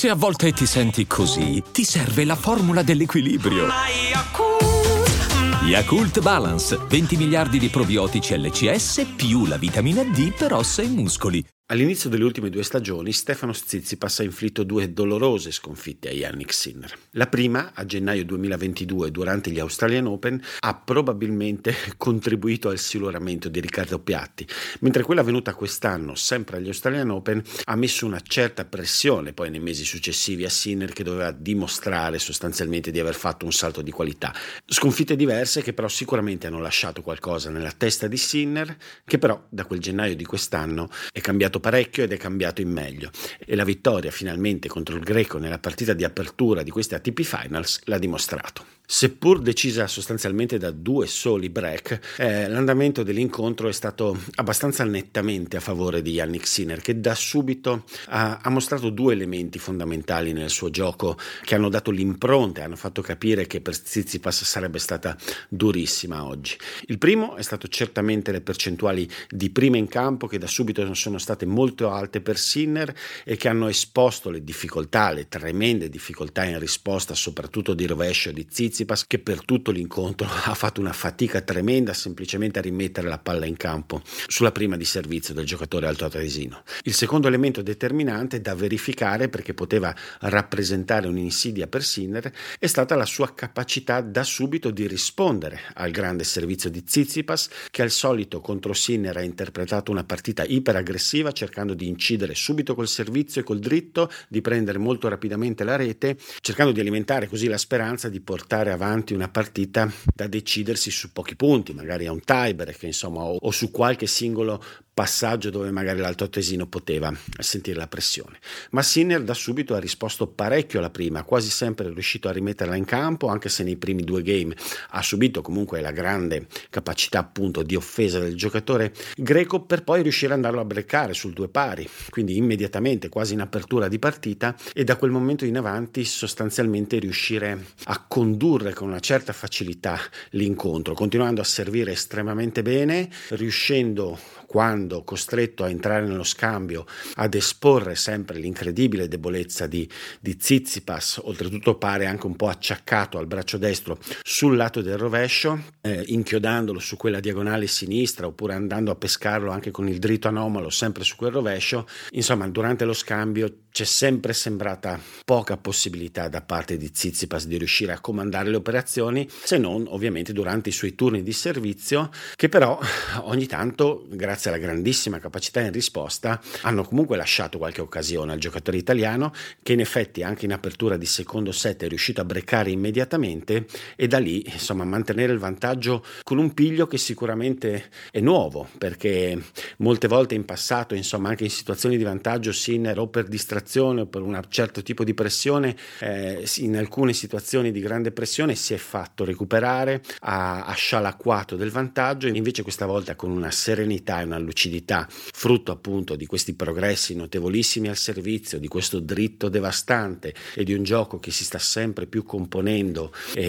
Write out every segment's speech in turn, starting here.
Se a volte ti senti così, ti serve la formula dell'equilibrio. Yakult Balance, 20 miliardi di probiotici LCS più la vitamina D per ossa e muscoli. All'inizio delle ultime 2 stagioni, Stefanos Tsitsipas ha inflitto 2 dolorose sconfitte a Jannik Sinner. La prima, a gennaio 2022, durante gli Australian Open, ha probabilmente contribuito al siluramento di Riccardo Piatti, mentre quella avvenuta quest'anno, sempre agli Australian Open, ha messo una certa pressione poi nei mesi successivi a Sinner, che doveva dimostrare sostanzialmente di aver fatto un salto di qualità. Sconfitte diverse che però sicuramente hanno lasciato qualcosa nella testa di Sinner, che però da quel gennaio di quest'anno è cambiato parecchio ed è cambiato in meglio, e la vittoria finalmente contro il greco nella partita di apertura di queste ATP Finals l'ha dimostrato. Seppur decisa sostanzialmente da 2 soli break, l'andamento dell'incontro è stato abbastanza nettamente a favore di Jannik Sinner, che da subito ha mostrato 2 elementi fondamentali nel suo gioco che hanno dato l'impronta e hanno fatto capire che per Tsitsipas sarebbe stata durissima oggi. Il primo è stato certamente le percentuali di prima in campo, che da subito sono state molto alte per Sinner e che hanno esposto le difficoltà, le tremende difficoltà in risposta, soprattutto di rovescio di Tsitsipas, che per tutto l'incontro ha fatto una fatica tremenda semplicemente a rimettere la palla in campo sulla prima di servizio del giocatore altoatesino. Il secondo elemento determinante da verificare, perché poteva rappresentare un'insidia per Sinner, è stata la sua capacità da subito di rispondere al grande servizio di Tsitsipas, che al solito contro Sinner ha interpretato una partita iperaggressiva, cercando di incidere subito col servizio e col dritto, di prendere molto rapidamente la rete, cercando di alimentare così la speranza di portare avanti una partita da decidersi su pochi punti, magari a un tiebreak, insomma, o su qualche singolo passaggio dove magari l'altoatesino poteva sentire la pressione. Ma Sinner da subito ha risposto parecchio alla prima, quasi sempre è riuscito a rimetterla in campo, anche se nei primi 2 game ha subito comunque la grande capacità appunto di offesa del giocatore greco, per poi riuscire ad andarlo a breccare sul 2 pari, quindi immediatamente, quasi in apertura di partita, e da quel momento in avanti sostanzialmente riuscire a condurre con una certa facilità l'incontro, continuando a servire estremamente bene, riuscendo, quando costretto a entrare nello scambio, ad esporre sempre l'incredibile debolezza di Tsitsipas, oltretutto pare anche un po' acciaccato al braccio destro sul lato del rovescio, inchiodandolo su quella diagonale sinistra oppure andando a pescarlo anche con il dritto anomalo sempre su quel rovescio. Insomma, durante lo scambio c'è sempre sembrata poca possibilità da parte di Tsitsipas di riuscire a comandare le operazioni, se non ovviamente durante i suoi turni di servizio, che però ogni tanto, grazie alla grandissima capacità in risposta, hanno comunque lasciato qualche occasione al giocatore italiano, che in effetti anche in apertura di secondo set è riuscito a breccare immediatamente, e da lì insomma mantenere il vantaggio con un piglio che sicuramente è nuovo, perché molte volte in passato, insomma, anche in situazioni di vantaggio, Sinner o per distrazione o per un certo tipo di pressione, in alcune situazioni di grande pressione si è fatto recuperare, ha scialacquato del vantaggio, invece questa volta con una serenità e una lucidità, frutto appunto di questi progressi notevolissimi al servizio, di questo dritto devastante e di un gioco che si sta sempre più componendo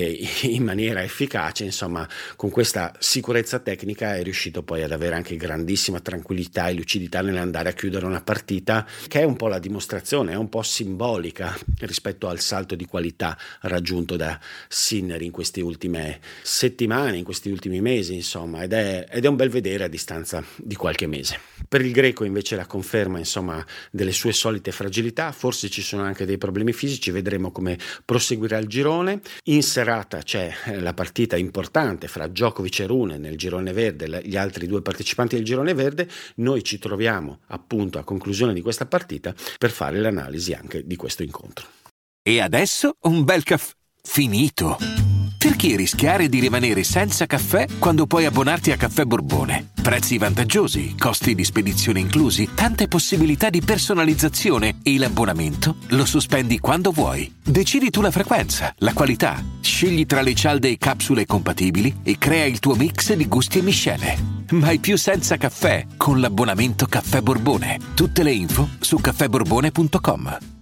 in maniera efficace. Insomma, con questa sicurezza tecnica è riuscito poi ad avere anche grandissima tranquillità e lucidità nell'andare a chiudere una partita che è un po' la dimostrazione, è un po' simbolica rispetto al salto di qualità raggiunto da Sinner in queste ultime settimane, in questi ultimi mesi, insomma, ed è un bel vedere a distanza di qualche mese. Per il greco invece la conferma, insomma, delle sue solite fragilità, forse ci sono anche dei problemi fisici, vedremo come proseguirà il girone. In serata c'è la partita importante fra Djokovic e Rune nel girone verde, gli altri 2 partecipanti del girone verde. Noi ci troviamo appunto a conclusione di questa partita per fare l'analisi anche di questo incontro. E adesso un bel caffè finito. Perché rischiare di rimanere senza caffè quando puoi abbonarti a Caffè Borbone? Prezzi vantaggiosi, costi di spedizione inclusi, tante possibilità di personalizzazione e l'abbonamento lo sospendi quando vuoi. Decidi tu la frequenza, la qualità, scegli tra le cialde e capsule compatibili e crea il tuo mix di gusti e miscele. Mai più senza caffè con l'abbonamento Caffè Borbone. Tutte le info su caffèborbone.com.